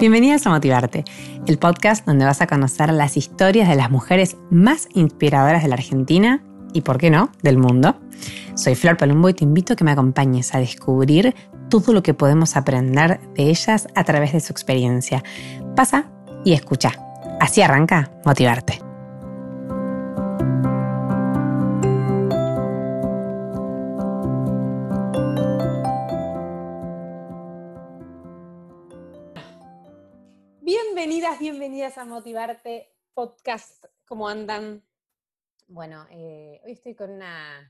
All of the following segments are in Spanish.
Bienvenidas a Motivarte, el podcast donde vas a conocer las historias de las mujeres más inspiradoras de la Argentina y, por qué no, del mundo. Soy Flor Palumbo y te invito a que me acompañes a descubrir todo lo que podemos aprender de ellas a través de su experiencia. Pasa y escucha. Así arranca Motivarte. Bienvenidas a Motivarte Podcast. ¿Cómo andan? Bueno, hoy estoy con una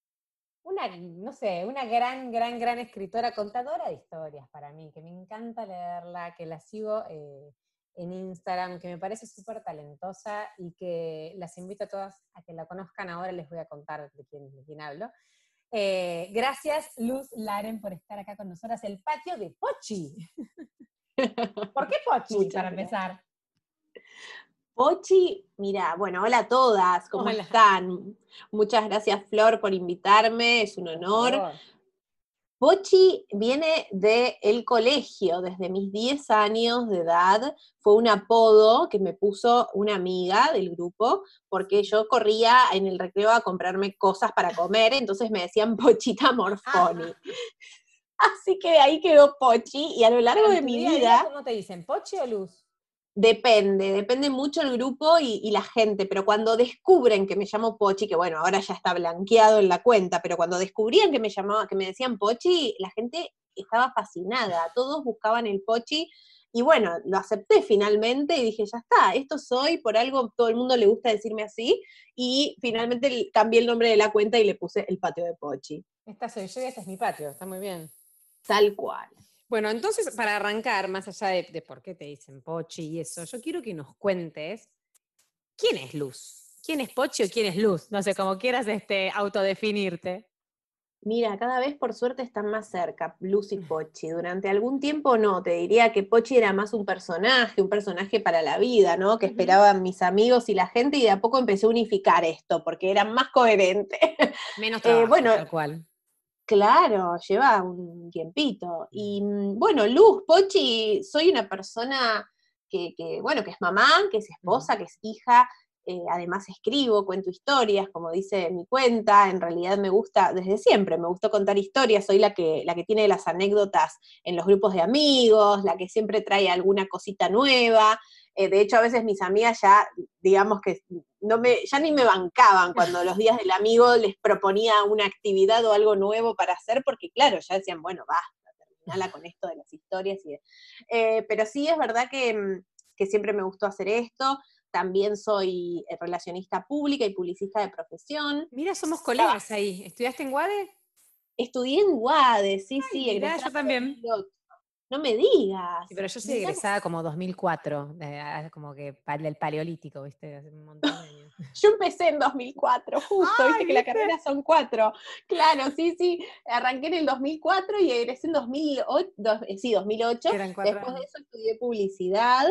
gran escritora, contadora de historias para mí, que me encanta leerla, que la sigo en Instagram, que me parece súper talentosa y que las invito a todas a que la conozcan. Ahora les voy a contar de quién hablo. Gracias, Luz Laren, por estar acá con nosotras. El patio de Pochi. ¿Por qué Pochi, para empezar? Pochi, mira, bueno, hola a todas, ¿cómo están? Muchas gracias, Flor, por invitarme, es un honor. Pochi viene del colegio, desde mis 10 años de edad, fue un apodo que me puso una amiga del grupo, porque yo corría en el recreo a comprarme cosas para comer, entonces me decían Pochita Morfoni. Así que ahí quedó Pochi, y a lo largo de mi vida... ¿Cómo te dicen, Pochi o Luz? Depende mucho el grupo y la gente, pero cuando descubren que me llamo Pochi, que bueno, ahora ya está blanqueado en la cuenta, pero cuando descubrían que me decían Pochi, la gente estaba fascinada, todos buscaban el Pochi, y bueno, lo acepté finalmente y dije, ya está, esto soy, por algo todo el mundo le gusta decirme así, y finalmente cambié el nombre de la cuenta y le puse el patio de Pochi. Esta soy yo y este es mi patio, está muy bien. Tal cual. Bueno, entonces, para arrancar, más allá de por qué te dicen Pochi y eso, yo quiero que nos cuentes quién es Luz. ¿Quién es Pochi o quién es Luz? No sé, como quieras autodefinirte. Mira, cada vez por suerte están más cerca, Luz y Pochi. Durante algún tiempo no, te diría que Pochi era más un personaje para la vida, ¿no? Que esperaban mis amigos y la gente, y de a poco empecé a unificar esto, porque era más coherente. Menos trabajo, bueno, tal cual. Claro, lleva un tiempito. Y bueno, Luz, Pochi, soy una persona bueno, que es mamá, que es esposa, que es hija, además escribo, cuento historias, como dice mi cuenta, en realidad me gusta, desde siempre, me gustó contar historias, soy la que tiene las anécdotas en los grupos de amigos, la que siempre trae alguna cosita nueva. De hecho, a veces mis amigas ya, digamos que ya ni me bancaban cuando los días del amigo les proponía una actividad o algo nuevo para hacer, porque claro, ya decían, bueno, basta, terminala con esto de las historias. Pero sí es verdad que siempre me gustó hacer esto. También soy relacionista pública y publicista de profesión. Mira, somos colegas ahí. ¿Estudiaste en UADE? Estudié en UADE, sí. Mirá, yo también. No me digas. Sí, pero yo soy egresada como 2004, como que del Paleolítico, ¿viste? Hace un montón de años. Yo empecé en 2004, justo, viste que la carrera son 4. Claro, sí, arranqué en el 2004 y egresé en 2008, 2008. Después de eso estudié publicidad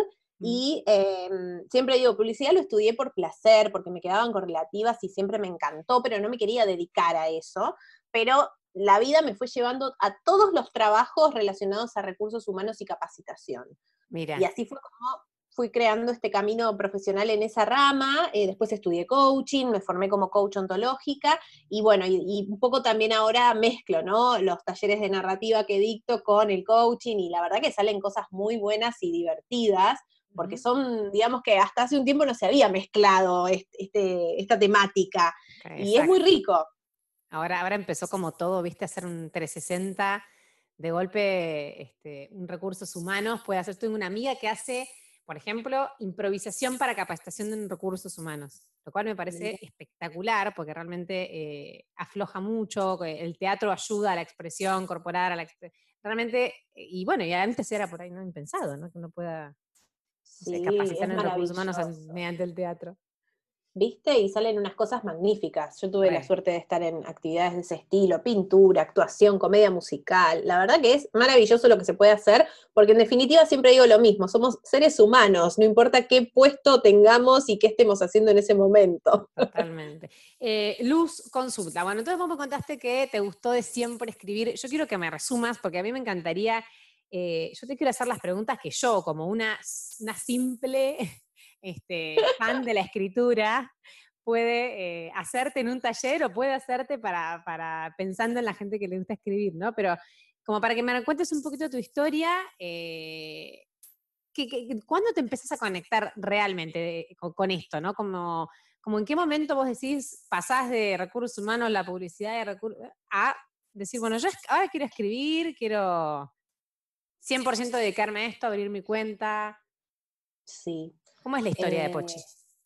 y siempre digo, publicidad lo estudié por placer, porque me quedaban correlativas y siempre me encantó, pero no me quería dedicar a eso, pero la vida me fue llevando a todos los trabajos relacionados a recursos humanos y capacitación. Mira. Y así fue como fui creando este camino profesional en esa rama. Después estudié coaching, me formé como coach ontológica, y bueno, y un poco también ahora mezclo, ¿no? Los talleres de narrativa que dicto con el coaching, y la verdad que salen cosas muy buenas y divertidas, porque son, digamos que hasta hace un tiempo no se había mezclado esta temática, y es muy rico. Ahora empezó como todo, viste, a hacer un 360, de golpe, un recursos humanos, puede hacer. Tengo una amiga que hace, por ejemplo, improvisación para capacitación en recursos humanos, lo cual me parece espectacular, porque realmente afloja mucho, el teatro ayuda a la expresión corporal, realmente, y bueno, y antes era por ahí no impensado, ¿no? Que uno pueda capacitar en recursos humanos mediante el teatro. ¿Viste? Y salen unas cosas magníficas. Yo tuve la suerte de estar en actividades de ese estilo, pintura, actuación, comedia musical. La verdad que es maravilloso lo que se puede hacer, porque en definitiva siempre digo lo mismo, somos seres humanos, no importa qué puesto tengamos y qué estemos haciendo en ese momento. Totalmente. Luz, consulta. Bueno, entonces vos me contaste que te gustó de siempre escribir. Yo quiero que me resumas, porque a mí me encantaría yo te quiero hacer las preguntas que yo, como una simple fan de la escritura, puede hacerte en un taller o puede hacerte pensando en la gente que le gusta escribir, ¿no? Pero como para que me cuentes un poquito tu historia, ¿cuándo te empezás a conectar realmente con esto, ¿no? Como en qué momento vos decís, pasás de recursos humanos, la publicidad, a decir, bueno, yo ahora quiero escribir, quiero 100% dedicarme a esto, abrir mi cuenta. Sí. ¿Cómo es la historia de Pochi?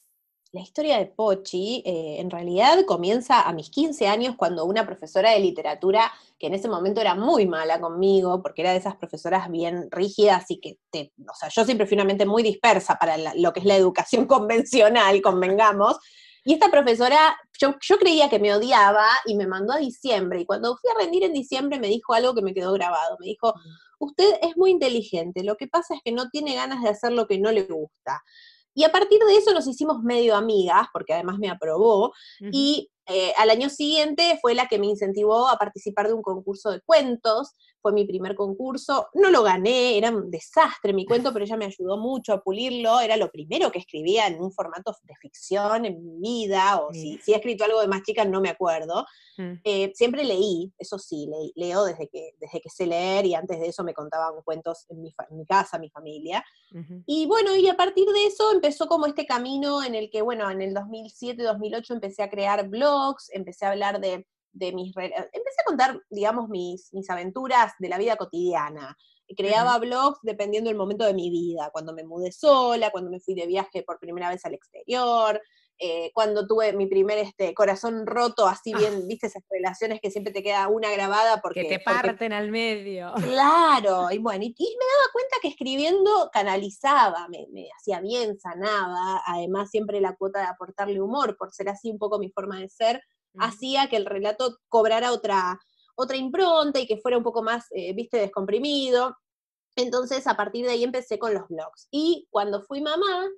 La historia de Pochi en realidad comienza a mis 15 años cuando una profesora de literatura, que en ese momento era muy mala conmigo, porque era de esas profesoras bien rígidas y que, o sea, yo siempre fui una mente muy dispersa para lo que es la educación convencional, convengamos, y esta profesora, yo creía que me odiaba y me mandó a diciembre, y cuando fui a rendir en diciembre me dijo algo que me quedó grabado, me dijo, usted es muy inteligente, lo que pasa es que no tiene ganas de hacer lo que no le gusta. Y a partir de eso nos hicimos medio amigas, porque además me aprobó, y al año siguiente fue la que me incentivó a participar de un concurso de cuentos, fue mi primer concurso, no lo gané, era un desastre mi cuento, pero ella me ayudó mucho a pulirlo, era lo primero que escribía en un formato de ficción en mi vida, o si he escrito algo de más chica no me acuerdo. Siempre leí, eso sí, leo desde que sé leer, y antes de eso me contaban cuentos en mi casa, mi familia. Y bueno, y a partir de eso empezó como este camino en el que, bueno, en el 2007, 2008 empecé a crear blogs, empecé a hablar de empecé a contar, digamos, mis aventuras de la vida cotidiana. Creaba blogs dependiendo del momento de mi vida, cuando me mudé sola, cuando me fui de viaje por primera vez al exterior, cuando tuve mi primer corazón roto, así bien, viste esas relaciones que siempre te queda una grabada porque... Que te parten al medio. Claro, y bueno, y me daba cuenta que escribiendo canalizaba, me hacía bien, sanaba, además siempre la cuota de aportarle humor, por ser así un poco mi forma de ser, hacía que el relato cobrara otra impronta y que fuera un poco más, viste, descomprimido. Entonces, a partir de ahí empecé con los blogs. Y cuando fui mamá,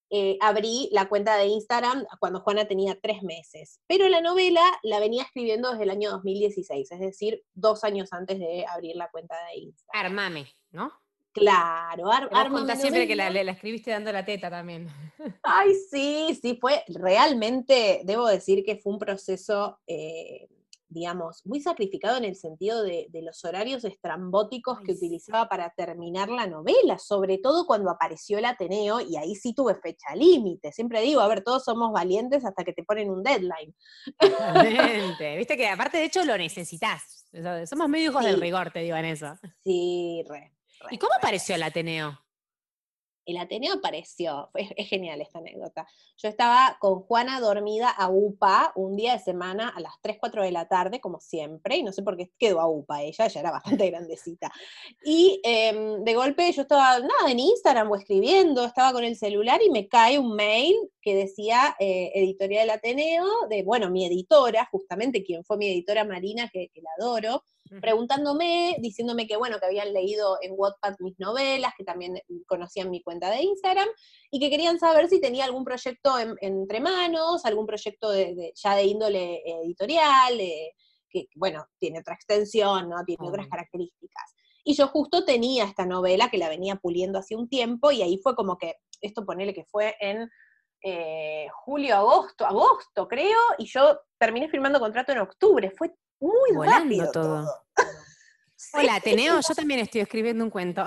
abrí la cuenta de Instagram cuando Juana tenía 3 meses. Pero la novela la venía escribiendo desde el año 2016, es decir, 2 años antes de abrir la cuenta de Instagram. Armame, ¿no? Claro, Vos contás siempre que la escribiste dando la teta también. Ay, sí, fue realmente, debo decir que fue un proceso, digamos, muy sacrificado en el sentido de los horarios estrambóticos que utilizaba para terminar la novela, sobre todo cuando apareció el Ateneo, y ahí sí tuve fecha límite. Siempre digo, a ver, todos somos valientes hasta que te ponen un deadline. Totalmente. Viste que aparte, de hecho, lo necesitas. Somos medio hijos del rigor, te digo en eso. Sí, ¿Y cómo apareció el Ateneo? El Ateneo apareció, es genial esta anécdota. Yo estaba con Juana dormida a UPA un día de semana a las 3, 4 de la tarde, como siempre, y no sé por qué quedó a UPA ella era bastante grandecita. Y de golpe yo estaba, en Instagram o escribiendo, estaba con el celular y me cae un mail que decía Editorial del Ateneo, de, bueno, mi editora, justamente quien fue mi editora Marina, que la adoro, preguntándome, diciéndome que, bueno, que habían leído en Wattpad mis novelas, que también conocían mi cuenta de Instagram, y que querían saber si tenía algún proyecto entre manos, algún proyecto ya de índole editorial, que, bueno, tiene otra extensión, ¿no? Tiene otras características. Y yo justo tenía esta novela que la venía puliendo hace un tiempo, y ahí fue como que, esto ponele que fue en julio, agosto creo, y yo terminé firmando contrato en octubre, fue muy volando rápido todo. Sí. Hola, Ateneo, yo también estoy escribiendo un cuento.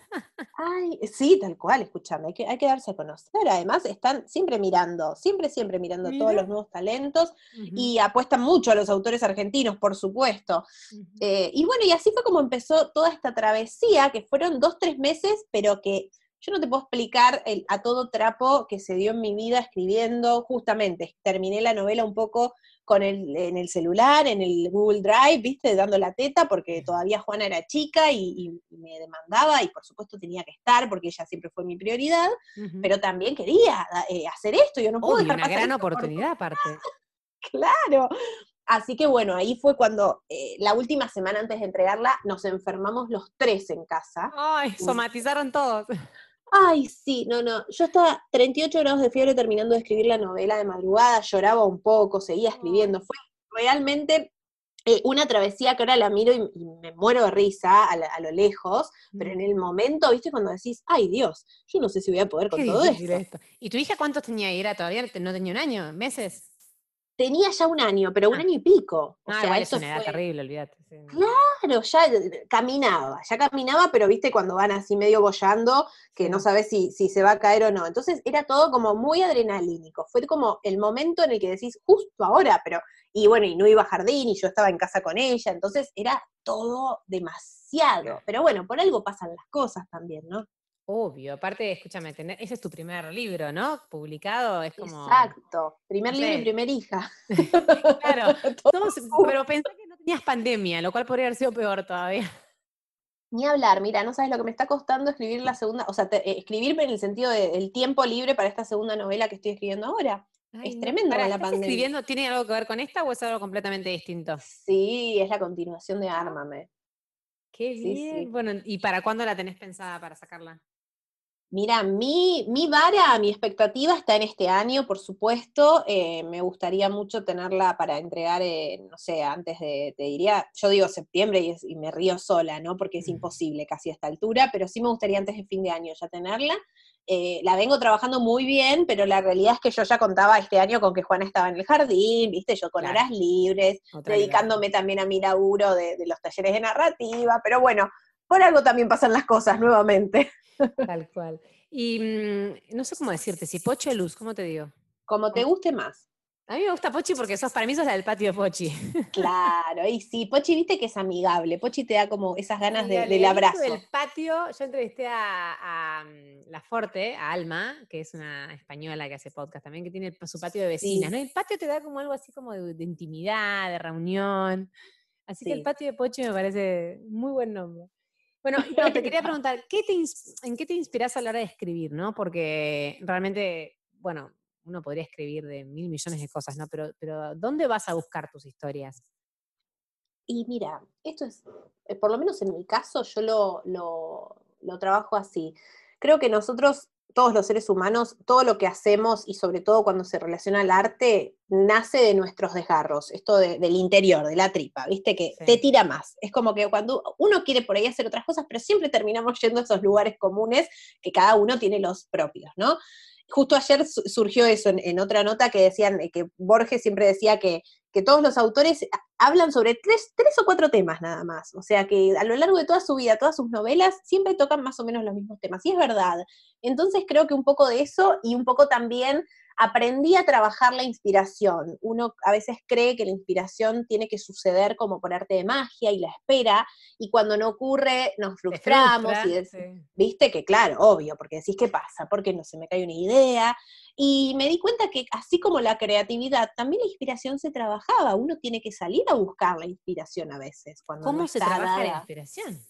Ay, sí, tal cual, escúchame, hay que darse a conocer. Además, están siempre mirando todos los nuevos talentos, y apuestan mucho a los autores argentinos, por supuesto. Y bueno, y así fue como empezó toda esta travesía, que fueron 2, 3 meses, pero que yo no te puedo explicar a todo trapo que se dio en mi vida escribiendo. Justamente, terminé la novela un poco en el celular, en el Google Drive, viste, dando la teta, porque todavía Juana era chica y me demandaba, y por supuesto tenía que estar, porque ella siempre fue mi prioridad, pero también quería hacer esto, yo no puedo dejar pasar una gran esto oportunidad aparte. Claro. Así que bueno, ahí fue cuando la última semana antes de entregarla nos enfermamos los 3 en casa. Ay, somatizaron todos. Ay, sí, no, yo estaba 38 grados de fiebre terminando de escribir la novela de madrugada, lloraba un poco, seguía escribiendo. Fue realmente una travesía que ahora la miro y me muero de risa a lo lejos, pero en el momento, ¿viste? Cuando decís, ay Dios, yo no sé si voy a poder Qué con todo difícil esto. esto. ¿Y tu hija cuántos tenía? ¿Y era todavía no tenía un año? ¿Meses? Tenía ya un año, pero un Ah, año y pico. O no, sea, igual es esto una edad fue. terrible, olvídate. Sí, no. Claro, ya caminaba, pero viste cuando van así medio boyando, que no Sí. sabes si se va a caer o no. Entonces era todo como muy adrenalínico. Fue como el momento en el que decís, justo ahora, pero, y bueno, y no iba a jardín, y yo estaba en casa con ella, entonces era todo demasiado. Pero bueno, por algo pasan las cosas también, ¿no? Obvio, aparte, escúchame, ese es tu primer libro, ¿no? Publicado, es como, Exacto. Primer no libro y sé, primer hija. claro, Todo todos, pero junto. pensé que no tenías pandemia, lo cual podría haber sido peor todavía. Ni hablar, mira, no sabes lo que me está costando escribir la segunda, o sea, escribirme en el sentido del tiempo libre para esta segunda novela que estoy escribiendo ahora. Ay, Es no, tremendo pará, con la ¿estás pandemia. escribiendo? ¿Tiene algo que ver con esta o es algo completamente distinto? Sí, es la continuación de Ármame. Qué Sí, bien. sí. Bueno, ¿y para cuándo la tenés pensada para sacarla? Mira, mi vara, mi expectativa está en este año, por supuesto. Me gustaría mucho tenerla para entregar, no sé, antes te diría, yo digo septiembre y me río sola, ¿no? Porque es imposible casi a esta altura, pero sí me gustaría antes de fin de año ya tenerla. La vengo trabajando muy bien, pero la realidad es que yo ya contaba este año con que Juana estaba en el jardín, viste, yo con Claro, horas libres, otra libertad. dedicándome también a mi laburo de los talleres de narrativa, pero bueno, por algo también pasan las cosas nuevamente. Tal cual. Y no sé cómo decirte, si Pochi o Luz, ¿cómo te digo? Como te ¿Cómo? guste más. A mí me gusta Pochi porque para mí sos la del patio de Pochi. Claro, y sí, Pochi viste que es amigable, Pochi te da como esas ganas Sí, dale. del El hecho del abrazo. patio, yo entrevisté a La Forte, a Alma, que es una española que hace podcast también, que tiene su patio de vecinas, Sí, ¿no? El patio te da como algo así como de intimidad, de reunión. Así que el sí. patio de Pochi me parece muy buen nombre. Bueno, y no, te quería preguntar, ¿en qué te inspirás a la hora de escribir, no? Porque realmente, bueno, uno podría escribir de mil millones de cosas, ¿no? Pero ¿dónde vas a buscar tus historias? Y mira, esto es, por lo menos en mi caso, yo lo trabajo así. Creo que nosotros, todos los seres humanos, todo lo que hacemos y sobre todo cuando se relaciona al arte, nace de nuestros desgarros, esto del interior, de la tripa, viste, que te Sí. tira más. Es como que cuando uno quiere por ahí hacer otras cosas, pero siempre terminamos yendo a esos lugares comunes que cada uno tiene los propios, ¿no? Justo ayer surgió eso en otra nota que decían que Borges siempre decía que todos los autores hablan sobre tres o cuatro temas nada más. O sea que a lo largo de toda su vida, todas sus novelas, siempre tocan más o menos los mismos temas. Y es verdad. Entonces creo que un poco de eso y un poco también aprendí a trabajar la inspiración. Uno a veces cree que la inspiración tiene que suceder como por arte de magia y la espera, y cuando no ocurre nos Te frustramos frustra, y sí. viste que claro, obvio, porque decís, ¿qué pasa? ¿Por qué no se me cae una idea? Y me di cuenta que así como la creatividad, también la inspiración se trabajaba. Uno tiene que salir a buscar la inspiración a veces, cuando no ¿Cómo se está trabaja la dada. inspiración?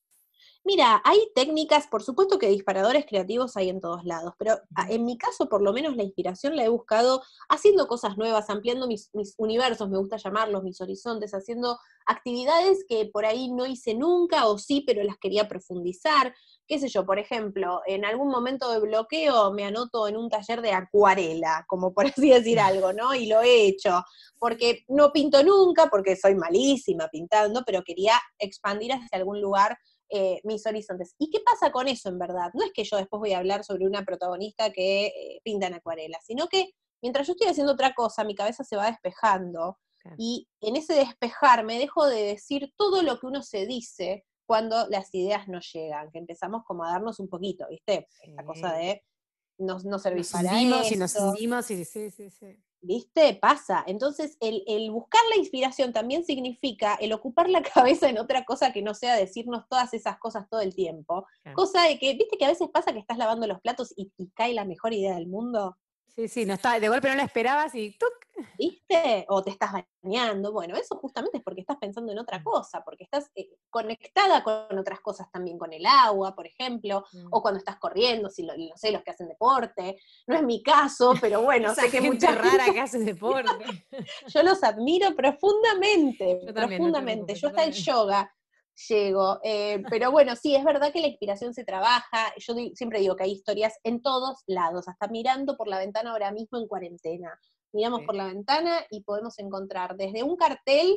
Mira, hay técnicas, por supuesto que disparadores creativos hay en todos lados, pero Ujú. en mi caso por lo menos la inspiración la he buscado haciendo cosas nuevas, ampliando mis universos, me gusta llamarlos, mis horizontes, haciendo actividades que por ahí no hice nunca o sí, pero las quería profundizar. Qué sé yo, por ejemplo, en algún momento de bloqueo me anoto en un taller de acuarela, como por así decir algo, ¿no? Y lo he hecho, porque no pinto nunca, porque soy malísima pintando, pero quería expandir hacia algún lugar mis horizontes. ¿Y qué pasa con eso en verdad? No es que yo después voy a hablar sobre una protagonista que pinta en acuarela, sino que mientras yo estoy haciendo otra cosa, mi cabeza se va despejando Claro. y en ese despejarme dejo de decir todo lo que uno se dice cuando las ideas no llegan, que empezamos como a darnos un poquito, ¿viste? Esta cosa Sí. de no servís Nos para hundimos y nos esto, hundimos y sí, sí, sí. ¿viste? Pasa. Entonces, el buscar la inspiración también significa el ocupar la cabeza en otra cosa que no sea decirnos todas esas cosas todo el tiempo. Claro. Cosa de que, ¿viste que a veces pasa que estás lavando los platos y cae la mejor idea del mundo? Sí, sí, no está, de golpe no la esperabas y ¡tuc! ¿Viste? O te estás bañando. Bueno, eso justamente es porque estás pensando en otra Mm, cosa, porque estás conectada con otras cosas también, con el agua, por ejemplo, mm. o cuando estás corriendo, si no sé, los que hacen deporte. No es mi caso, pero bueno, Esa sé que gente mucha rara gente. que hace deporte. Yo los admiro profundamente, Yo también, no te profundamente. preocupes, Yo yo hasta el también. yoga llego. Pero bueno, sí, es verdad que la inspiración se trabaja. Yo siempre digo que hay historias en todos lados, hasta mirando por la ventana ahora mismo en cuarentena. Miramos por Sí. la ventana y podemos encontrar desde un cartel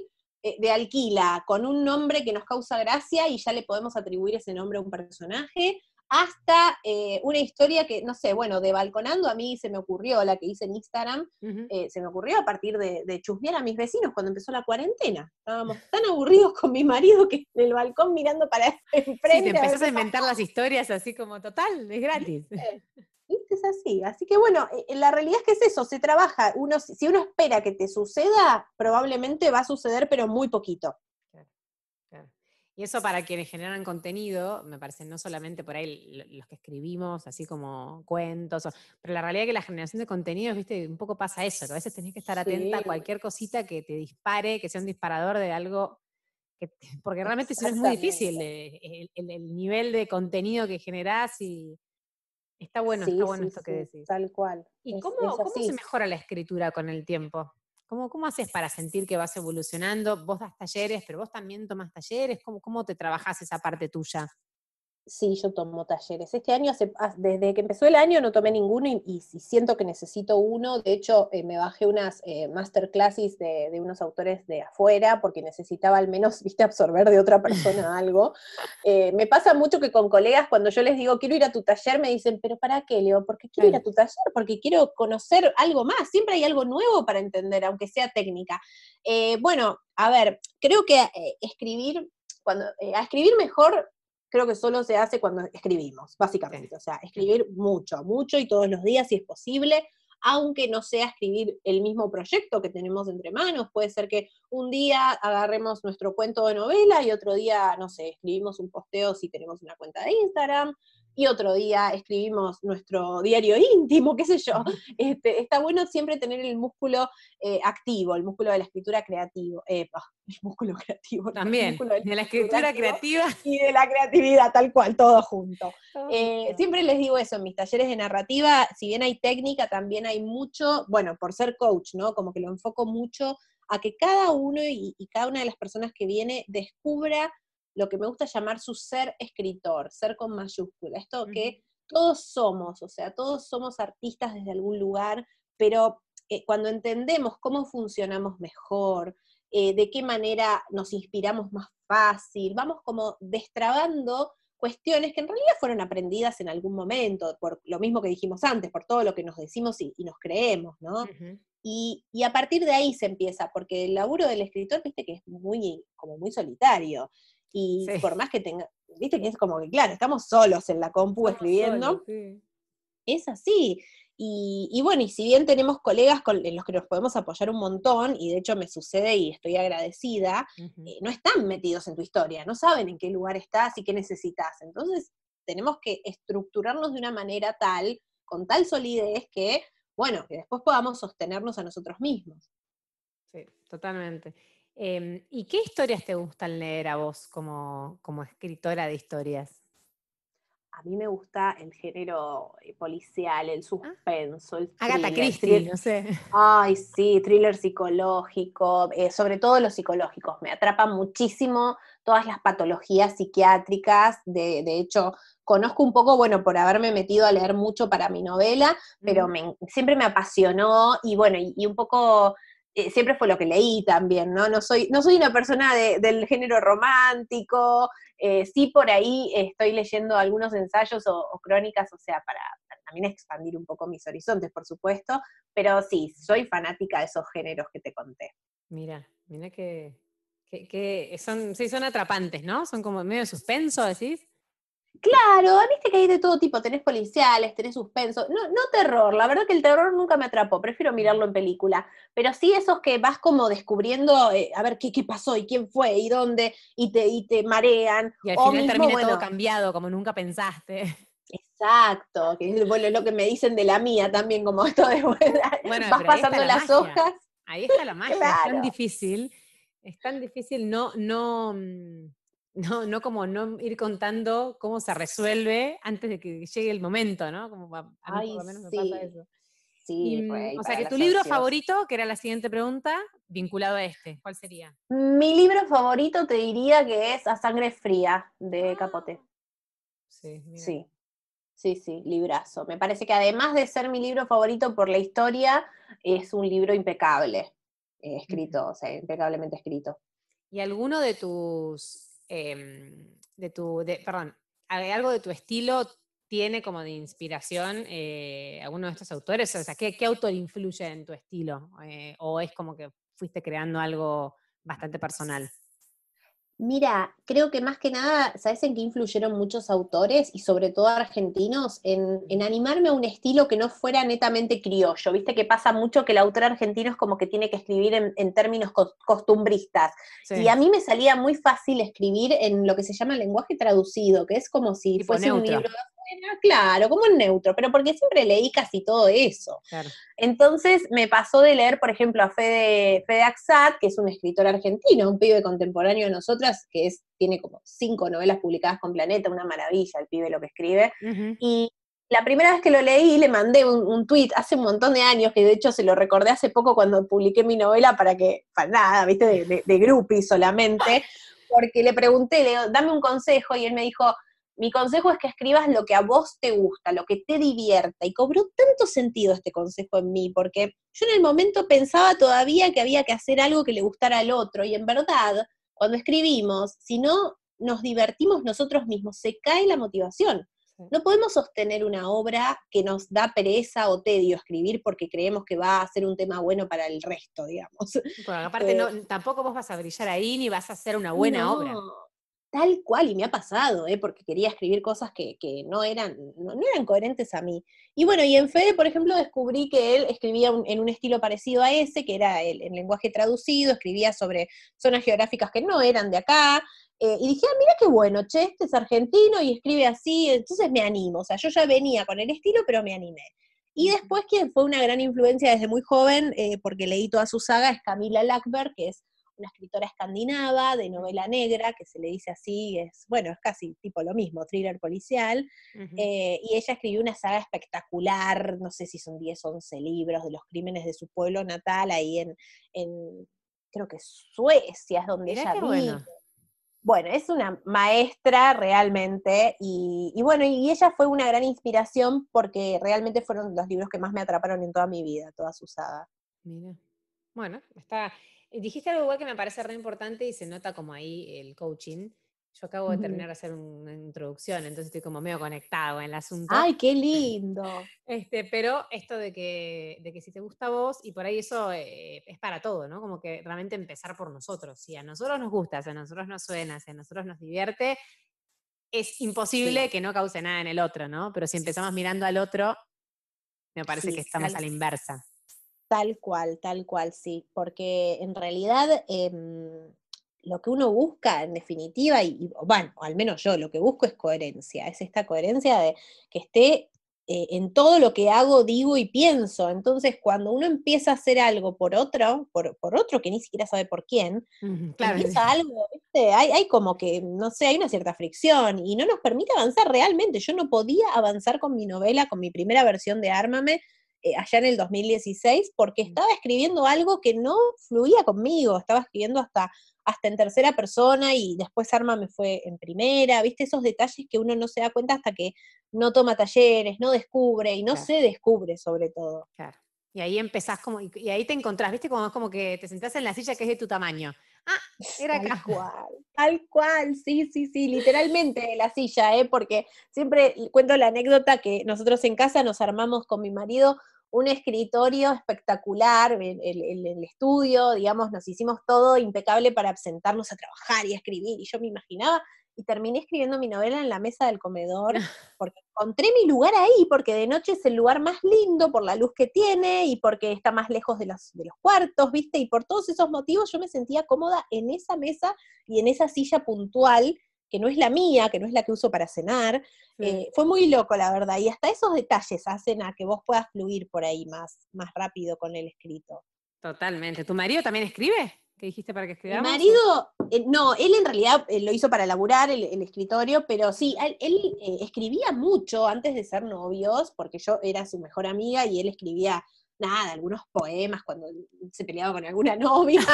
de Alquila con un nombre que nos causa gracia y ya le podemos atribuir ese nombre a un personaje, hasta una historia que, no sé, bueno, de Balconando a mí se me ocurrió, la que hice en Instagram, se me ocurrió a partir de chusmear a mis vecinos cuando empezó la cuarentena. Estábamos tan aburridos con mi marido que en el balcón mirando para enfrente. Sí, te empezás a inventar las historias así como total, es gratis. ¿Viste? Es así. Así que bueno, la realidad es que es eso, se trabaja. Si uno espera que te suceda, probablemente va a suceder, pero muy poquito. Claro, claro. Y eso para quienes generan contenido, me parece, no solamente por ahí los que escribimos, así como cuentos, pero la realidad es que la generación de contenidos, viste, un poco pasa eso, que a veces tenés que estar atenta a cualquier cosita que te dispare, que sea un disparador de algo, porque realmente si no es muy difícil el nivel de contenido que generás y está bueno esto que decís. Tal cual. ¿Y cómo se mejora la escritura con el tiempo? ¿Cómo haces para sentir que vas evolucionando? Vos das talleres, pero vos también tomás talleres. ¿Cómo te trabajás esa parte tuya? Sí, yo tomo talleres. Este año, desde que empezó el año, no tomé ninguno y siento que necesito uno. De hecho, me bajé unas masterclasses de unos autores de afuera porque necesitaba al menos, viste, absorber de otra persona algo. Me pasa mucho que con colegas, cuando yo les digo, quiero ir a tu taller, me dicen, ¿pero para qué, Leo? Porque quiero ir a tu taller, porque quiero conocer algo más. Siempre hay algo nuevo para entender, aunque sea técnica. Bueno, a ver, creo que a escribir mejor creo que solo se hace cuando escribimos, básicamente. Sí. O sea, escribir mucho, mucho y todos los días si es posible, aunque no sea escribir el mismo proyecto que tenemos entre manos. Puede ser que un día agarremos nuestro cuento de novela y otro día, no sé, escribimos un posteo si tenemos una cuenta de Instagram, y otro día escribimos nuestro diario íntimo, qué sé yo. Está bueno siempre tener el músculo activo, el músculo de la escritura creativo. El músculo creativo. También, de la escritura creativa. Y de la creatividad, tal cual, todo junto. Siempre les digo eso, en mis talleres de narrativa, si bien hay técnica, también hay mucho, bueno, por ser coach, ¿no? Como que lo enfoco mucho a que cada uno y cada una de las personas que viene descubra lo que me gusta llamar su ser escritor, ser con mayúscula, esto que todos somos, o sea, todos somos artistas desde algún lugar, pero cuando entendemos cómo funcionamos mejor, de qué manera nos inspiramos más fácil, vamos como destrabando cuestiones que en realidad fueron aprendidas en algún momento, por lo mismo que dijimos antes, por todo lo que nos decimos y nos creemos, ¿no? Y a partir de ahí se empieza, porque el laburo del escritor, viste que es como muy solitario. Y por más que tenga, viste que es como que, claro, estamos solos en la compu escribiendo. Solos, sí. Es así. Y bueno, y si bien tenemos colegas en los que nos podemos apoyar un montón, y de hecho me sucede y estoy agradecida, no están metidos en tu historia, no saben en qué lugar estás y qué necesitas. Entonces tenemos que estructurarnos de una manera tal, con tal solidez que, bueno, que después podamos sostenernos a nosotros mismos. Sí, totalmente. ¿Y qué historias te gustan leer a vos como escritora de historias? A mí me gusta el género policial, el suspenso, el thriller. Agatha Christie, no sé. Ay, sí, thriller psicológico, sobre todo los psicológicos. Me atrapan muchísimo todas las patologías psiquiátricas. De hecho, conozco un poco, bueno, por haberme metido a leer mucho para mi novela, pero siempre me apasionó y bueno, y un poco... siempre fue lo que leí también, ¿no? No soy una persona del género romántico, sí por ahí estoy leyendo algunos ensayos o crónicas, o sea, para también expandir un poco mis horizontes, por supuesto, pero sí, soy fanática de esos géneros que te conté. Mira que son atrapantes, ¿no? Son como medio de suspenso, decís. Claro, viste que hay de todo tipo, tenés policiales, tenés suspenso, no terror, la verdad que el terror nunca me atrapó, prefiero mirarlo en película, pero sí esos que vas como descubriendo, a ver qué pasó, y quién fue, y dónde, y te marean. Y al final termina todo cambiado, como nunca pensaste. Exacto, que es bueno, lo que me dicen de la mía también, como esto de, bueno, vas pasando las hojas. Ahí está la magia, Claro. es tan difícil no como no ir contando cómo se resuelve antes de que llegue el momento, ¿no? Como a mí por lo menos me pasa eso. Sí, o sea que tu libro favorito, que era la siguiente pregunta, vinculado a este, ¿cuál sería? Mi libro favorito te diría que es A Sangre Fría, de Capote. Sí, mira. Sí, librazo. Me parece que además de ser mi libro favorito por la historia, es un libro impecable escrito, o sea, impecablemente escrito. ¿Y alguno de perdón, algo de tu estilo tiene como de inspiración alguno de estos autores? O sea, ¿qué autor influye en tu estilo? ¿O es como que fuiste creando algo bastante personal? Mira, creo que más que nada, ¿sabes en qué influyeron muchos autores y sobre todo argentinos? En animarme a un estilo que no fuera netamente criollo. Viste que pasa mucho que el autor argentino es como que tiene que escribir en términos costumbristas. Y Sí, a mí me salía muy fácil escribir en lo que se llama lenguaje traducido, que es como si tipo fuese un neutro, libro de afuera, claro, como en neutro, pero porque siempre leí casi todo eso. claro. Entonces me pasó de leer, por ejemplo, a Fede Axat, que es un escritor argentino, un pibe contemporáneo de nosotras, tiene como 5 novelas publicadas con Planeta, una maravilla el pibe lo que escribe. Ujú. Y la primera vez que lo leí, le mandé un tweet hace un montón de años, que de hecho se lo recordé hace poco cuando publiqué mi novela para nada, viste, de groupie solamente, porque le pregunté, dame un consejo, y él me dijo, mi consejo es que escribas lo que a vos te gusta, lo que te divierta. Y cobró tanto sentido este consejo en mí, porque yo en el momento pensaba todavía que había que hacer algo que le gustara al otro. Y en verdad, cuando escribimos, si no nos divertimos nosotros mismos, se cae la motivación. Sí. No podemos sostener una obra que nos da pereza o tedio escribir porque creemos que va a ser un tema bueno para el resto, digamos. Porque aparte Eh, tampoco vos vas a brillar ahí ni vas a hacer una buena obra. no, tal cual, y me ha pasado, porque quería escribir cosas que no eran coherentes a mí. Y bueno, y en Fede, por ejemplo, descubrí que él escribía en un estilo parecido a ese, que era el lenguaje traducido, escribía sobre zonas geográficas que no eran de acá, y dije, ah, mira qué bueno, che, este es argentino y escribe así, entonces me animo, o sea, yo ya venía con el estilo, pero me animé. Y Ujú. después quien fue una gran influencia desde muy joven, porque leí toda su saga, es Camila Lackberg, que es una escritora escandinava de novela negra, que se le dice así, bueno, es casi tipo lo mismo, thriller policial, Ujú. y ella escribió una saga espectacular, no sé si son 10 o 11 libros de los crímenes de su pueblo natal, ahí en creo que Suecia es donde Mirá ella qué vive. bueno. Bueno, es una maestra realmente, y bueno, y ella fue una gran inspiración porque realmente fueron los libros que más me atraparon en toda mi vida, toda su saga. Mira. Bueno, dijiste algo igual que me parece re importante y se nota como ahí el coaching. Yo acabo de Ujú. terminar de hacer una introducción, entonces estoy como medio conectado en el asunto. ¡Ay, qué lindo! Pero esto de que si te gusta a vos, y por ahí eso es para todo, ¿no? Como que realmente empezar por nosotros. Si a nosotros nos gusta, si a nosotros nos suena, si a nosotros nos divierte, es Sí, imposible que no cause nada en el otro, ¿no? Pero si empezamos mirando al otro, me parece que sí, estamos a la inversa. tal cual, sí, porque en realidad lo que uno busca, en definitiva, bueno, o al menos yo, lo que busco es coherencia, es esta coherencia de que esté en todo lo que hago, digo y pienso. Entonces, cuando uno empieza a hacer algo por otro que ni siquiera sabe por quién, Ujú, claro, empieza algo, ¿viste? Hay como que, no sé, hay una cierta fricción y no nos permite avanzar realmente. Yo no podía avanzar con mi novela, con mi primera versión de Ármame, allá en el 2016, porque estaba escribiendo algo que no fluía conmigo, estaba escribiendo hasta en tercera persona y después Ármame fue en primera, ¿viste? Esos detalles que uno no se da cuenta hasta que no toma talleres, no descubre y no claro. se descubre sobre todo. Claro. Y ahí empezás como, y ahí te encontrás, ¿viste? Como es como que te sentás en la silla que es de tu tamaño. Ah, era acá. Tal cual, sí, sí, sí, literalmente la silla, porque siempre cuento la anécdota que nosotros en casa nos armamos con mi marido un escritorio espectacular, el estudio, digamos, nos hicimos todo impecable para sentarnos a trabajar y a escribir, y yo me imaginaba, y terminé escribiendo mi novela en la mesa del comedor, porque encontré mi lugar ahí, porque de noche es el lugar más lindo por la luz que tiene y porque está más lejos de los cuartos, ¿viste? Y por todos esos motivos yo me sentía cómoda en esa mesa y en esa silla puntual, que no es la mía, que no es la que uso para cenar. Sí, Fue muy loco, la verdad, y hasta esos detalles hacen a que vos puedas fluir por ahí más rápido con el escrito. totalmente. ¿Tu marido también escribe? ¿Qué dijiste para que Mi escribamos? marido, no, él en realidad lo hizo para laburar el escritorio, pero sí, él escribía mucho antes de ser novios, porque yo era su mejor amiga y él escribía, nada, algunos poemas cuando se peleaba con alguna novia,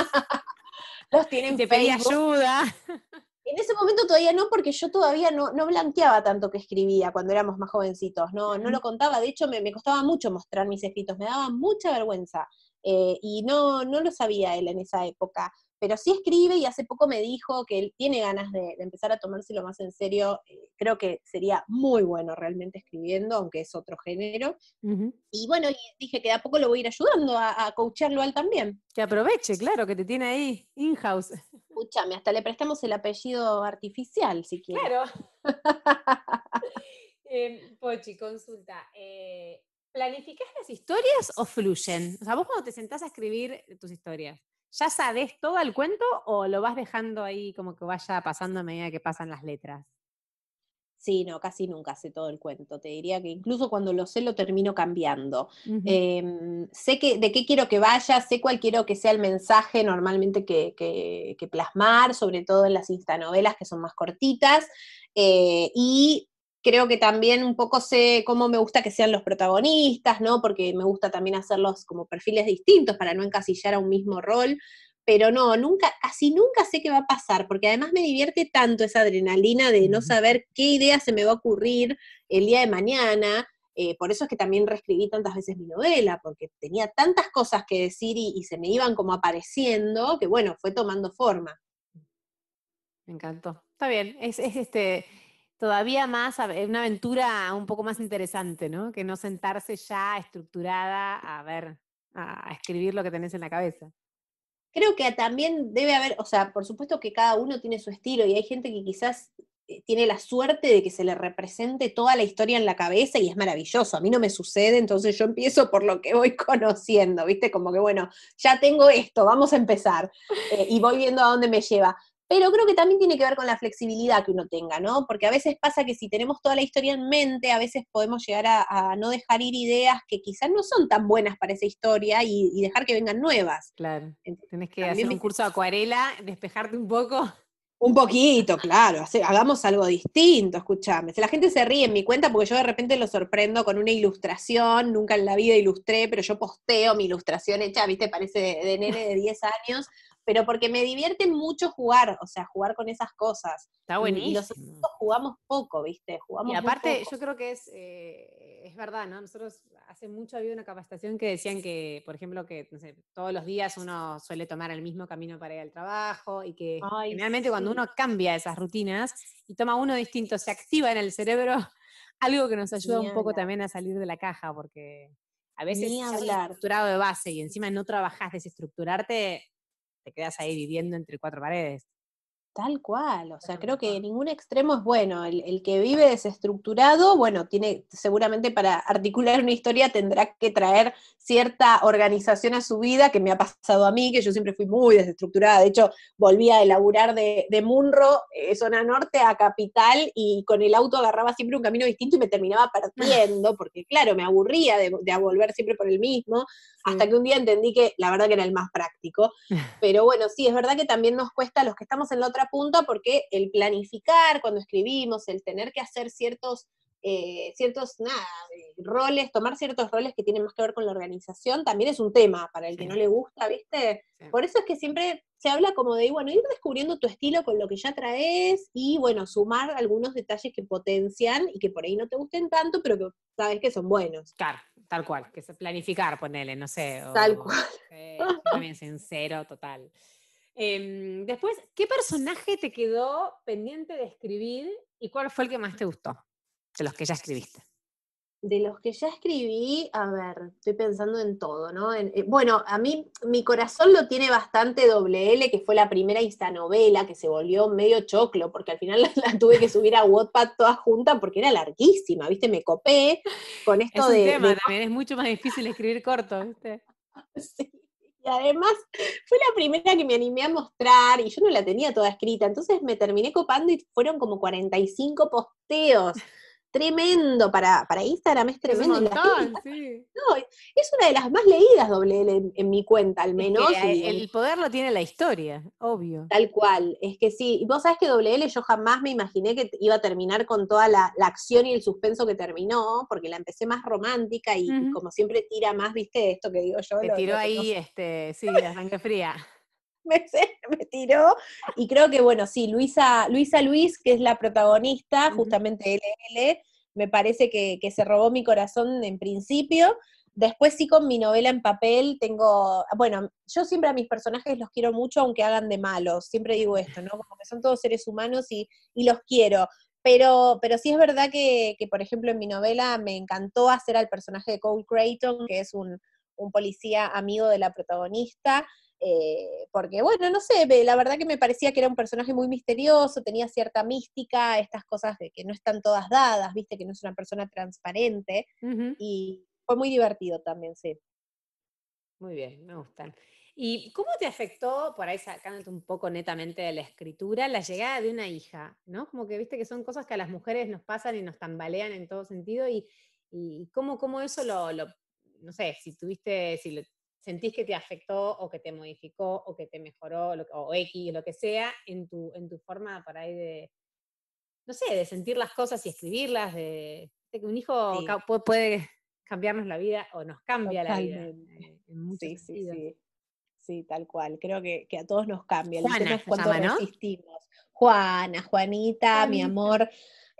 los tiene Y en te pedí Facebook. ayuda. En ese momento todavía no, porque yo todavía no blanqueaba tanto que escribía cuando éramos más jovencitos, no lo contaba, de hecho me costaba mucho mostrar mis escritos, me daba mucha vergüenza, y no lo sabía él en esa época, pero sí escribe y hace poco me dijo que él tiene ganas de empezar a tomárselo más en serio. Creo que sería muy bueno realmente escribiendo, aunque es otro género. Ujú. Y bueno, y dije que de a poco lo voy a ir ayudando a coacharlo a él también. Que aproveche, claro, que te tiene ahí in-house. Escúchame, hasta le prestamos el apellido artificial, si quiere. Claro. Pochi, consulta. ¿Planificás las historias o fluyen? O sea, vos cuando te sentás a escribir tus historias, ¿ya sabés todo el cuento o lo vas dejando ahí como que vaya pasando a medida que pasan las letras? Sí, no, casi nunca sé todo el cuento. Te diría que incluso cuando lo sé lo termino cambiando. Ujú. Sé de qué quiero que vaya, sé cuál quiero que sea el mensaje normalmente que plasmar, sobre todo en las instanovelas que son más cortitas. Y creo que también un poco sé cómo me gusta que sean los protagonistas, ¿no? Porque me gusta también hacerlos como perfiles distintos para no encasillar a un mismo rol. Pero no, nunca, casi nunca sé qué va a pasar, porque además me divierte tanto esa adrenalina de no saber qué idea se me va a ocurrir el día de mañana. Por eso es que también reescribí tantas veces mi novela, porque tenía tantas cosas que decir y se me iban como apareciendo, que bueno, fue tomando forma. Me encantó. Está bien, todavía más una aventura un poco más interesante, ¿no? Que no sentarse ya estructurada a ver, a escribir lo que tenés en la cabeza. Creo que también debe haber, o sea, por supuesto que cada uno tiene su estilo y hay gente que quizás tiene la suerte de que se le represente toda la historia en la cabeza y es maravilloso. A mí no me sucede, entonces yo empiezo por lo que voy conociendo, ¿viste? Como que, bueno, ya tengo esto, vamos a empezar. Y voy viendo a dónde me lleva. Pero creo que también tiene que ver con la flexibilidad que uno tenga, ¿no? Porque a veces pasa que si tenemos toda la historia en mente, a veces podemos llegar a no dejar ir ideas que quizás no son tan buenas para esa historia y dejar que vengan nuevas. Claro. Entonces, Tenés que también, hacer un ¿viste? curso de acuarela, despejarte un poco. Un poquito, claro, hagamos algo distinto, escúchame. Si la gente se ríe en mi cuenta porque yo de repente lo sorprendo con una ilustración, nunca en la vida ilustré, pero yo posteo mi ilustración hecha, viste, parece de nene de 10 años, pero porque me divierte mucho jugar, o sea, jugar con esas cosas. Está Y los buenísimo. adultos jugamos poco, viste, Y jugamos muy aparte, poco. yo creo que es verdad, ¿no? Nosotros hace mucho había una capacitación que decían que, por ejemplo, que no sé, todos los días uno suele tomar el mismo camino para ir al trabajo y que Ay, generalmente cuando sí, uno cambia esas rutinas y toma uno distinto, se activa en el cerebro algo que nos ayuda ni un poco hablar, también a salir de la caja, porque a veces ni si ya sos hablar. estructurado de base y encima no trabajás desestructurarte, te quedas ahí viviendo entre cuatro paredes. Tal cual, o sea, Cuesta un creo que montón. ningún extremo es bueno. El que vive desestructurado, bueno, tiene seguramente para articular una historia tendrá que traer cierta organización a su vida, que me ha pasado a mí, que yo siempre fui muy desestructurada. De hecho, volví a elaborar de Munro, zona norte, a Capital, y con el auto agarraba siempre un camino distinto y me terminaba perdiendo, porque claro, me aburría de volver siempre por el mismo, hasta Sí. que un día entendí que la verdad que era el más práctico. Pero bueno, sí, es verdad que también nos cuesta a los que estamos en la otra punta porque el planificar cuando escribimos, el tener que hacer nada, roles, tomar ciertos roles que tienen más que ver con la organización, también es un tema para el que no Sí, le gusta, ¿viste? sí. Por eso es que siempre se habla como de, bueno, ir descubriendo tu estilo con lo que ya traes y, bueno, sumar algunos detalles que potencian y que por ahí no te gusten tanto, pero que sabes que son buenos. Claro, tal cual, que es planificar, ponele, no sé, Tal o cual. yo también sincero, total. Después, ¿qué personaje te quedó pendiente de escribir y cuál fue el que más te gustó de los que ya escribiste? De los que ya escribí, a ver, estoy pensando en todo, ¿no? Bueno, a mí mi corazón lo tiene bastante doble L, que fue la primera instanovela, que se volvió medio choclo, porque al final la tuve que subir a Wattpad toda junta porque era larguísima, ¿viste? Me copé con esto Es un tema de también, es mucho más difícil escribir corto, ¿viste? sí. Y además fue la primera que me animé a mostrar y yo no la tenía toda escrita, entonces me terminé copando y fueron como 45 posteos. Tremendo, para Instagram es Es un tremendo y la gente montón, está. sí. No, es una de las más leídas doble L en mi cuenta, al Es que menos, y el poder lo tiene la historia, obvio. tal cual. Es que sí, y vos sabés que doble L yo jamás me imaginé que iba a terminar con toda la acción y el suspenso que terminó, porque la empecé más romántica y Ujú. como siempre tira más, viste, esto que digo yo, Te tiró lo que no ahí, sí, a sangre fría. me tiró. Y creo que, bueno, sí, Luisa Luis, que es la protagonista, Ujú. justamente LL, me parece que se robó mi corazón en principio. Después sí con mi novela en papel tengo, bueno, yo siempre a mis personajes los quiero mucho aunque hagan de malos, siempre digo esto, ¿no? Como que son todos seres humanos y los quiero. Pero sí es verdad que, por ejemplo, en mi novela me encantó hacer al personaje de Cole Creighton, que es un policía amigo de la protagonista, porque, bueno, no sé, la verdad que me parecía que era un personaje muy misterioso, tenía cierta mística, estas cosas de que no están todas dadas, viste, que no es una persona transparente, Ujú. y fue muy divertido también, sí. Muy bien, me gustan. ¿Y cómo te afectó, por ahí sacándote un poco netamente de la escritura, la llegada de una hija? ¿No? Como que viste que son cosas que a las mujeres nos pasan y nos tambalean en todo sentido, y cómo eso no sé, si tuviste, si sentís que te afectó o que te modificó o que te mejoró o X, lo que sea, en tu forma por ahí de, no sé, de sentir las cosas y escribirlas, de que un hijo Sí, puede cambiarnos la vida o nos cambia la vida totalmente. en muchos Sí, sí, sentidos. sí. Sí, tal cual. Creo que a todos nos cambia. El tema Juana es se cuánto llama, ¿no? resistimos. Juana, Juanita, mi Juanita. amor.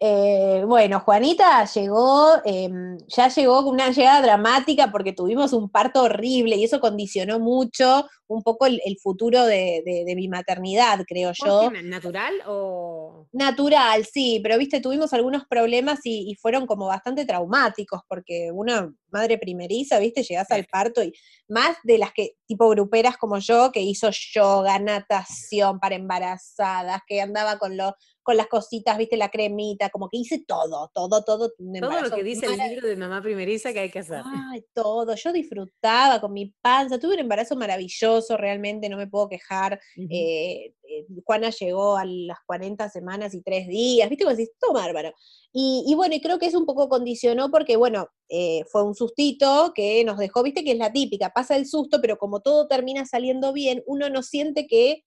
Bueno, Juanita llegó, ya llegó con una llegada dramática porque tuvimos un parto horrible y eso condicionó mucho un poco el futuro de mi maternidad, creo ¿Por qué? yo. ¿Natural o...? Natural, sí, pero viste, tuvimos algunos problemas y fueron como bastante traumáticos, porque una madre primeriza, viste, llegás al parto y más de las que, tipo gruperas como yo, que hizo yoga, natación para embarazadas, que andaba con las cositas, viste, la cremita, como que hice todo, un Todo lo que embarazo. dice el libro de mamá primeriza que hay que hacer. Ay, todo. Yo disfrutaba con mi panza. Tuve un embarazo maravilloso, realmente no me puedo quejar. Ujú. Juana llegó a las 40 semanas y 3 días. ¿Viste? Como decís, todo bárbaro. Y bueno, y creo que eso un poco condicionó porque, bueno, fue un sustito que nos dejó, viste, que es la típica. Pasa el susto, pero como todo termina saliendo bien, uno no siente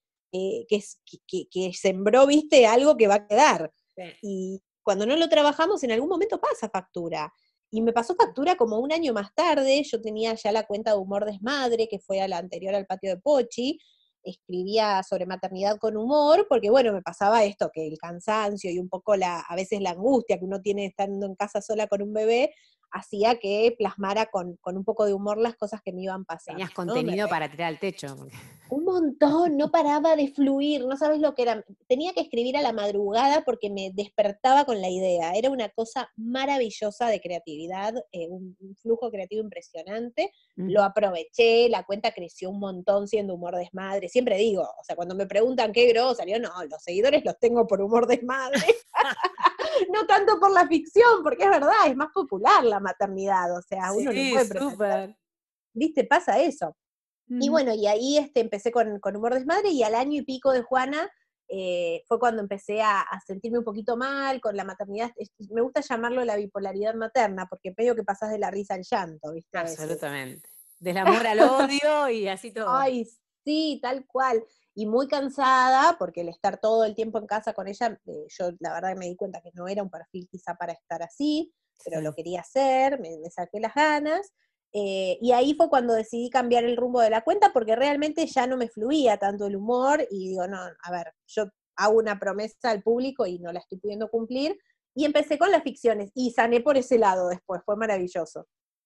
que sembró, viste, algo que va a quedar. Sí. Y cuando no lo trabajamos, en algún momento pasa factura. Y me pasó factura como un año más tarde, yo tenía ya la cuenta de Humor Desmadre, que fue a la anterior al patio de Pochi, escribía sobre maternidad con humor, porque bueno, me pasaba esto, que el cansancio y un poco a veces la angustia que uno tiene estando en casa sola con un bebé, hacía que plasmara con un poco de humor las cosas que me iban pasando, Tenías ¿no? contenido para tirar al techo. Un montón, no paraba de fluir, no sabes lo que era. Tenía que escribir a la madrugada porque me despertaba con la idea. Era una cosa maravillosa de creatividad, un flujo creativo impresionante. Lo Ujú. aproveché, la cuenta creció un montón siendo Humor Desmadre. Siempre digo, o sea, cuando me preguntan qué grosso salió, no, los seguidores los tengo por Humor Desmadre, no tanto por la ficción, porque es verdad, es más popular la maternidad, o sea, uno no Sí, puede pretender, súper. ¿viste? Pasa eso. Y Ujú. bueno, y ahí empecé con Humor Desmadre y al año y pico de Juana fue cuando empecé a sentirme un poquito mal con la maternidad. Me gusta llamarlo la bipolaridad materna, porque medio que pasás de la risa al llanto, ¿viste? A veces. Absolutamente. Del amor al odio y así todo. Ay, sí, tal cual. Y muy cansada, porque el estar todo el tiempo en casa con ella, yo la verdad me di cuenta que no era un perfil quizá para estar así, pero lo Sí. quería hacer, me saqué las ganas. Y ahí fue cuando decidí cambiar el rumbo de la cuenta, porque realmente ya no me fluía tanto el humor, y digo, no, a ver, yo hago una promesa al público y no la estoy pudiendo cumplir, y empecé con las ficciones, y sané por ese lado después, fue maravilloso.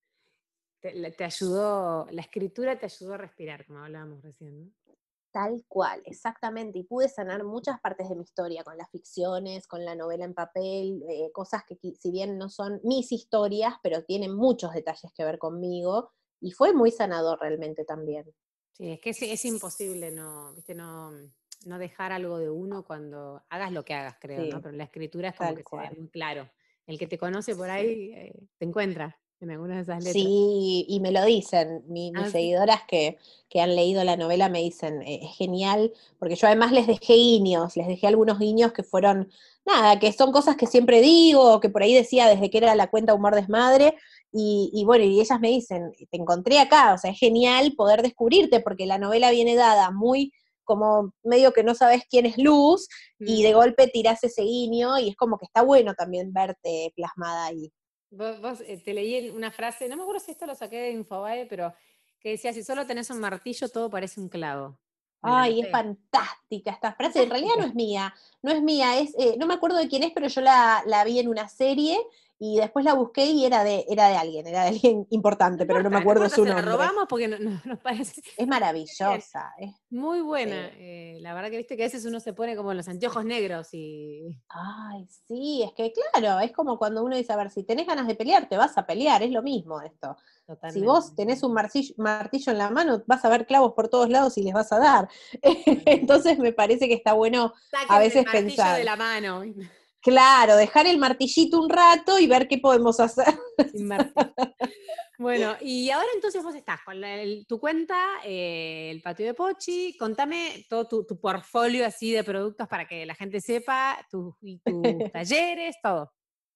Te ayudó, la escritura te ayudó a respirar, como hablábamos recién, ¿no? Tal cual, exactamente. Y pude sanar muchas partes de mi historia con las ficciones, con la novela en papel, cosas que si bien no son mis historias, pero tienen muchos detalles que ver conmigo. Y fue muy sanador realmente también. Sí, es que es imposible no, ¿viste? No dejar algo de uno cuando hagas lo que hagas, creo, ¿no? Sí, Pero la escritura es como tal que se ve cual. muy claro. El que te conoce por Sí. ahí te encuentra en algunas de esas letras. Sí, y me lo dicen, mis Ah, sí. seguidoras que han leído la novela me dicen, es genial, porque yo además les dejé guiños, les dejé algunos guiños que fueron, nada, que son cosas que siempre digo, o que por ahí decía desde que era la cuenta Humor Desmadre, y bueno, y ellas me dicen, te encontré acá, o sea, es genial poder descubrirte, porque la novela viene dada muy como medio que no sabes quién es Luz, y Mm. de golpe tirás ese guiño, y es como que está bueno también verte plasmada ahí. Vos, te leí en una frase, no me acuerdo si esto lo saqué de Infobae, pero que decía, si solo tenés un martillo, todo parece un clavo. Me la Ay, es anoté. fantástica esta frase. En realidad Fantástica. no es mía, no me acuerdo de quién es, pero yo la vi en una serie y después la busqué y era de alguien importante, No pero no me importa, no acuerdo importa, su se la nombre. robamos porque nos parece Es bien. maravillosa, Muy buena. sí. La verdad que viste que a veces uno se pone como los anteojos negros y Ay, sí, es que claro, es como cuando uno dice, a ver, si tenés ganas de pelear, te vas a pelear, es lo mismo esto. Si totalmente, vos tenés un martillo en la mano, vas a ver clavos por todos lados y les vas a dar. totalmente. Entonces me parece que está bueno a Sáquenme el veces martillo de pensar, la mano. claro, dejar el martillito un rato y ver qué podemos hacer. Sin martillo. Bueno, y ahora entonces vos estás con tu cuenta, el Patio de Pochi. Contame todo tu portfolio así de productos para que la gente sepa, y tus talleres, todo.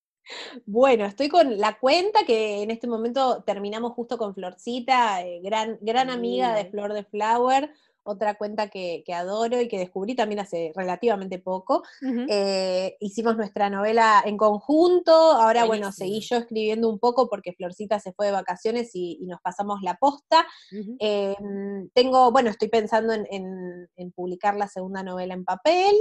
Bueno, estoy con la cuenta que en este momento terminamos justo con Florcita, gran amiga de Sí. Flor de Flower, otra cuenta que adoro y que descubrí también hace relativamente poco. Ujú. Hicimos nuestra novela en conjunto, ahora bueno, seguí Buenísimo. yo escribiendo un poco porque Florcita se fue de vacaciones y nos pasamos la posta. Ujú. Eh, bueno, estoy pensando en publicar la segunda novela en papel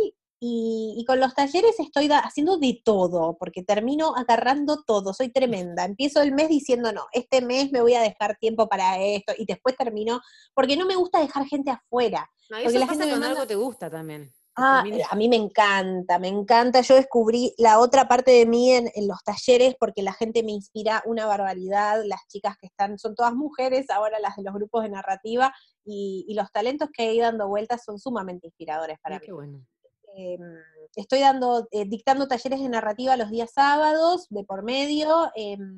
y con los talleres estoy haciendo de todo, porque termino agarrando todo, soy tremenda. Empiezo el mes diciendo, no, este mes me voy a dejar tiempo para esto, y después termino, porque no me gusta dejar gente afuera, No, y porque eso la gente pasa me cuando manda, algo te gusta también. Que ah, termine. a mí me encanta, yo descubrí la otra parte de mí en los talleres, porque la gente me inspira una barbaridad, las chicas que están, son todas mujeres, ahora las de los grupos de narrativa, y los talentos que he ido dando vueltas son sumamente inspiradores Ay, para qué mí. bueno. Eh, Estoy dictando talleres de narrativa los días sábados, de por medio.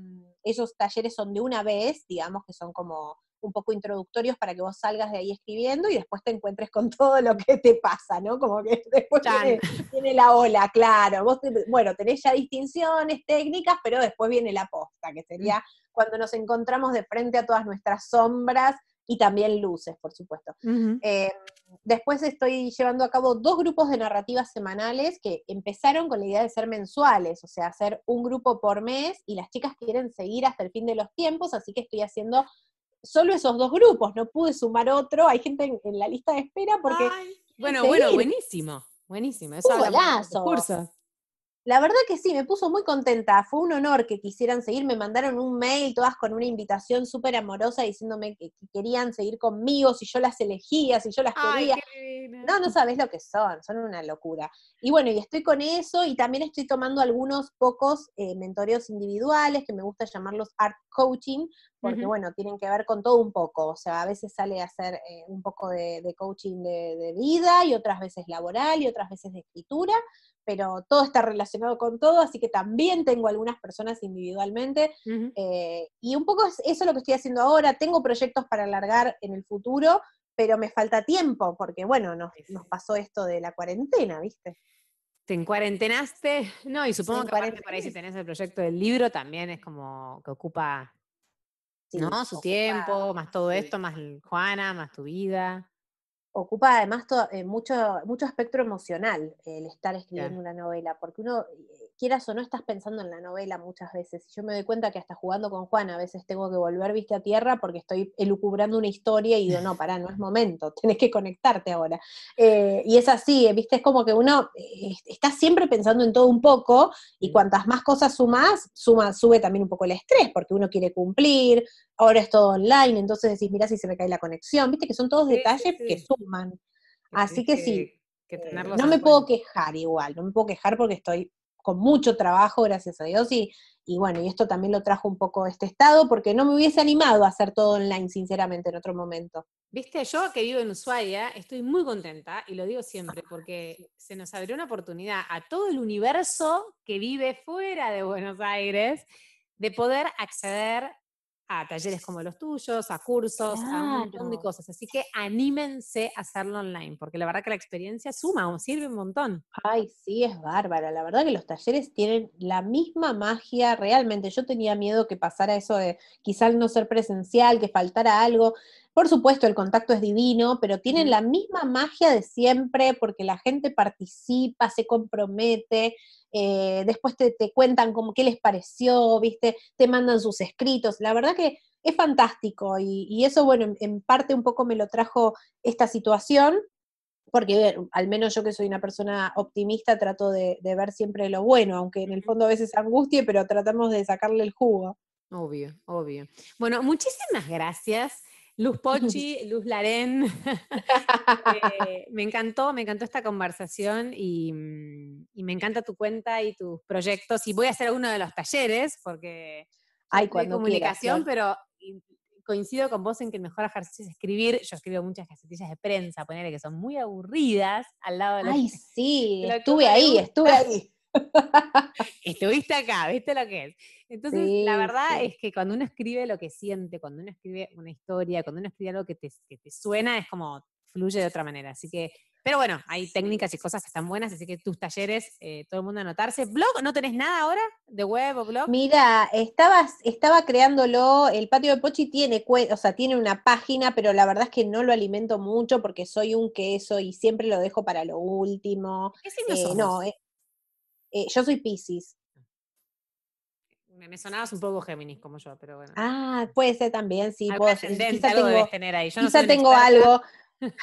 Esos talleres son de una vez, digamos que son como un poco introductorios para que vos salgas de ahí escribiendo y después te encuentres con todo lo que te pasa, ¿no? Como que después Chan. viene la ola, claro. Bueno, tenés ya distinciones técnicas, pero después viene la posta, que sería cuando nos encontramos de frente a todas nuestras sombras y también luces, por supuesto. Ujú. Eh, Después estoy llevando a cabo 2 grupos de narrativas semanales que empezaron con la idea de ser mensuales, o sea, hacer un grupo por mes, y las chicas quieren seguir hasta el fin de los tiempos, así que estoy haciendo solo esos 2 grupos, no pude sumar otro, hay gente en la lista de espera porque Ay, quieren bueno, seguir. buenísimo, buenísimo. Eso Un habla muy bien de tus golazo. cursos. La verdad que sí, me puso muy contenta, fue un honor que quisieran seguir, me mandaron un mail todas con una invitación súper amorosa diciéndome que querían seguir conmigo, si yo las elegía, si yo las Ay, quería. qué divina. No, no sabés lo que son una locura. Y bueno, y estoy con eso y también estoy tomando algunos pocos mentoreos individuales, que me gusta llamarlos art coaching, porque Ujú. bueno, tienen que ver con todo un poco. O sea, a veces sale a hacer un poco de coaching de vida y otras veces laboral y otras veces de escritura, pero todo está relacionado con todo, así que también tengo algunas personas individualmente. Ujú. Y un poco es eso lo que estoy haciendo ahora. Tengo proyectos para alargar en el futuro, pero me falta tiempo, porque bueno, Sí, nos sí. pasó esto de la cuarentena, ¿viste? ¿Te encuarentenaste? No, y Me supongo que aparte por ahí si encuarentené. tenés el proyecto del libro también es como que ocupa, Sí, ¿no? Su tiempo, más todo sí, esto, más Juana, más tu vida. ocupa además mucho espectro emocional el estar Claro. escribiendo una novela, porque uno, quieras o no, estás pensando en la novela muchas veces. Y yo me doy cuenta que hasta jugando con Juan a veces tengo que volver, viste, a tierra porque estoy elucubrando una historia y digo, no, pará, no es momento, tenés que conectarte ahora. Y es así, viste, es como que uno está siempre pensando en todo un poco, y Sí. cuantas más cosas sube también un poco el estrés, porque uno quiere cumplir, ahora es todo online, entonces decís, mirá si se me cae la conexión, viste que son todos Sí, sí, detalles que sí. suman. Que Así tenés que sí, que tenerlos no en me puedo cuenta. quejar igual, no me puedo quejar porque estoy con mucho trabajo, gracias a Dios, y bueno, y esto también lo trajo un poco este estado, porque no me hubiese animado a hacer todo online, sinceramente, en otro momento. Viste, yo que vivo en Ushuaia, estoy muy contenta, y lo digo siempre, porque se nos abrió una oportunidad a todo el universo que vive fuera de Buenos Aires de poder acceder a talleres como los tuyos, a cursos, a un montón de Claro. cosas. Así que anímense a hacerlo online, porque la verdad que la experiencia suma, o sirve un montón. Ay, sí, es bárbara. La verdad que los talleres tienen la misma magia, realmente. Yo tenía miedo que pasara eso de quizá al no ser presencial, que faltara algo. Por supuesto, el contacto es divino, pero tienen Ujú. la misma magia de siempre porque la gente participa, se compromete, después te cuentan como qué les pareció, ¿viste? Te mandan sus escritos. La verdad que es fantástico y eso, bueno, en parte un poco me lo trajo esta situación, porque al menos yo que soy una persona optimista trato de ver siempre lo bueno, aunque en el fondo a veces angustie, pero tratamos de sacarle el jugo. Obvio, obvio. Bueno, muchísimas gracias, Luz Pochi, Luz Larén. Me encantó esta conversación y me encanta tu cuenta y tus proyectos. Y voy a hacer uno de los talleres, porque yo Ay, estudié cuando quieras, comunicación, Flor. pero coincido con vos en que el mejor ejercicio es escribir. Yo escribo muchas gacetillas de prensa, ponele, que son muy aburridas al lado de Ay, sí, de lo que a estuve uno le ahí, gusta. estuve ahí. Estuviste acá, viste lo que es. Entonces, la Sí, verdad sí. es que cuando uno escribe lo que siente, cuando uno escribe una historia, cuando uno escribe algo que te suena, es como fluye de otra manera. Así que, pero bueno, hay técnicas y cosas que están buenas, así que tus talleres, todo el mundo anotarse. ¿Blog? ¿No tenés nada ahora de web o blog? Mira, estaba creándolo, el patio de Pochi tiene, o sea, tiene una página, pero la verdad es que no lo alimento mucho porque soy un queso y siempre lo dejo para lo último. ¿Qué signo sos No, vos? yo soy Piscis. Me sonabas un poco Géminis como yo, pero bueno. Ah, puede ser también, sí, Algo ascendente, quizá algo debes tengo, tener ahí. Yo no soy quizá una tengo experta. algo.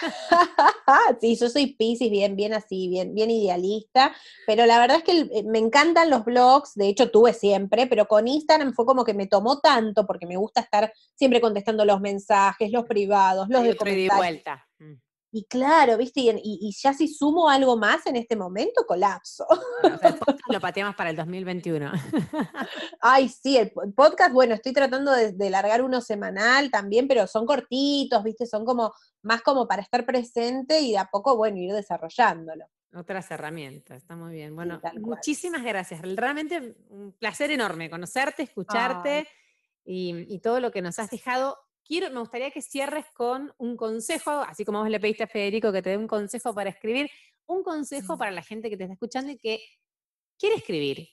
Sí, yo soy Piscis, bien así, bien idealista, pero la verdad es que me encantan los blogs, de hecho tuve siempre, pero con Instagram fue como que me tomó tanto, porque me gusta estar siempre contestando los mensajes, los privados, los Hay de otro ida y comentarios. vuelta. Y claro, viste, y ya si sumo algo más en este momento, colapso. Bueno, o sea, el podcast lo pateamos para el 2021. Ay, sí, el podcast, bueno, estoy tratando de largar uno semanal también, pero son cortitos, viste, son como más como para estar presente y de a poco, bueno, ir desarrollándolo. Otras herramientas, está muy bien. Sí, Bueno, tal cual. muchísimas gracias. Realmente un placer enorme conocerte, Ay, escucharte y todo lo que nos has dejado. Me gustaría que cierres con un consejo, así como vos le pediste a Federico que te dé un consejo para escribir, un consejo para la gente que te está escuchando y que quiere escribir.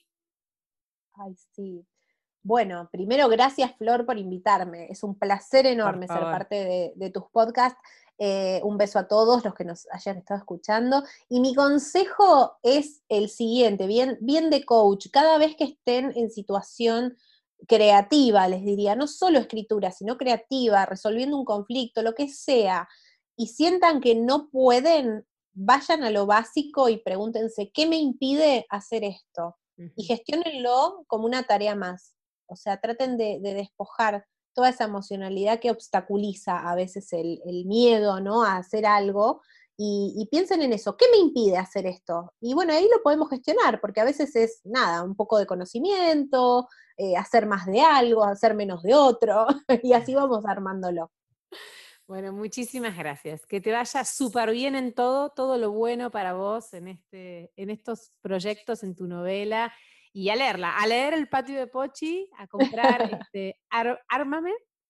ay, sí. Bueno, primero gracias Flor por invitarme. Es un placer Por enorme ser favor. parte de tus podcasts. Un beso a todos los que nos hayan estado escuchando. Y mi consejo es el siguiente, bien de coach. Cada vez que estén en situación creativa, les diría, no solo escritura, sino creativa, resolviendo un conflicto, lo que sea, y sientan que no pueden, vayan a lo básico y pregúntense, ¿qué me impide hacer esto? Y Ujú. gestiónenlo como una tarea más. O sea, traten de despojar toda esa emocionalidad que obstaculiza a veces el miedo, ¿no? A hacer algo. Y piensen en eso, ¿qué me impide hacer esto? Y bueno, ahí lo podemos gestionar, porque a veces es nada, un poco de conocimiento, hacer más de algo, hacer menos de otro, y así vamos armándolo. Bueno, muchísimas gracias. Que te vaya súper bien en todo lo bueno para vos en estos proyectos, en tu novela, y a leerla, a leer El patio de Pochi, a comprar Ármame,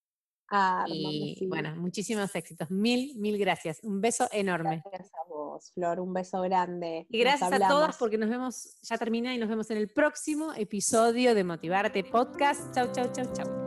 Armame, y sí. bueno, muchísimos éxitos. Mil gracias. Un beso enorme. Gracias a vos, Flor, un beso grande. Y Nos gracias a todas hablamos. porque nos vemos, ya termina y nos vemos en el próximo episodio de Motivarte Podcast. Chau, chau, chau, chau.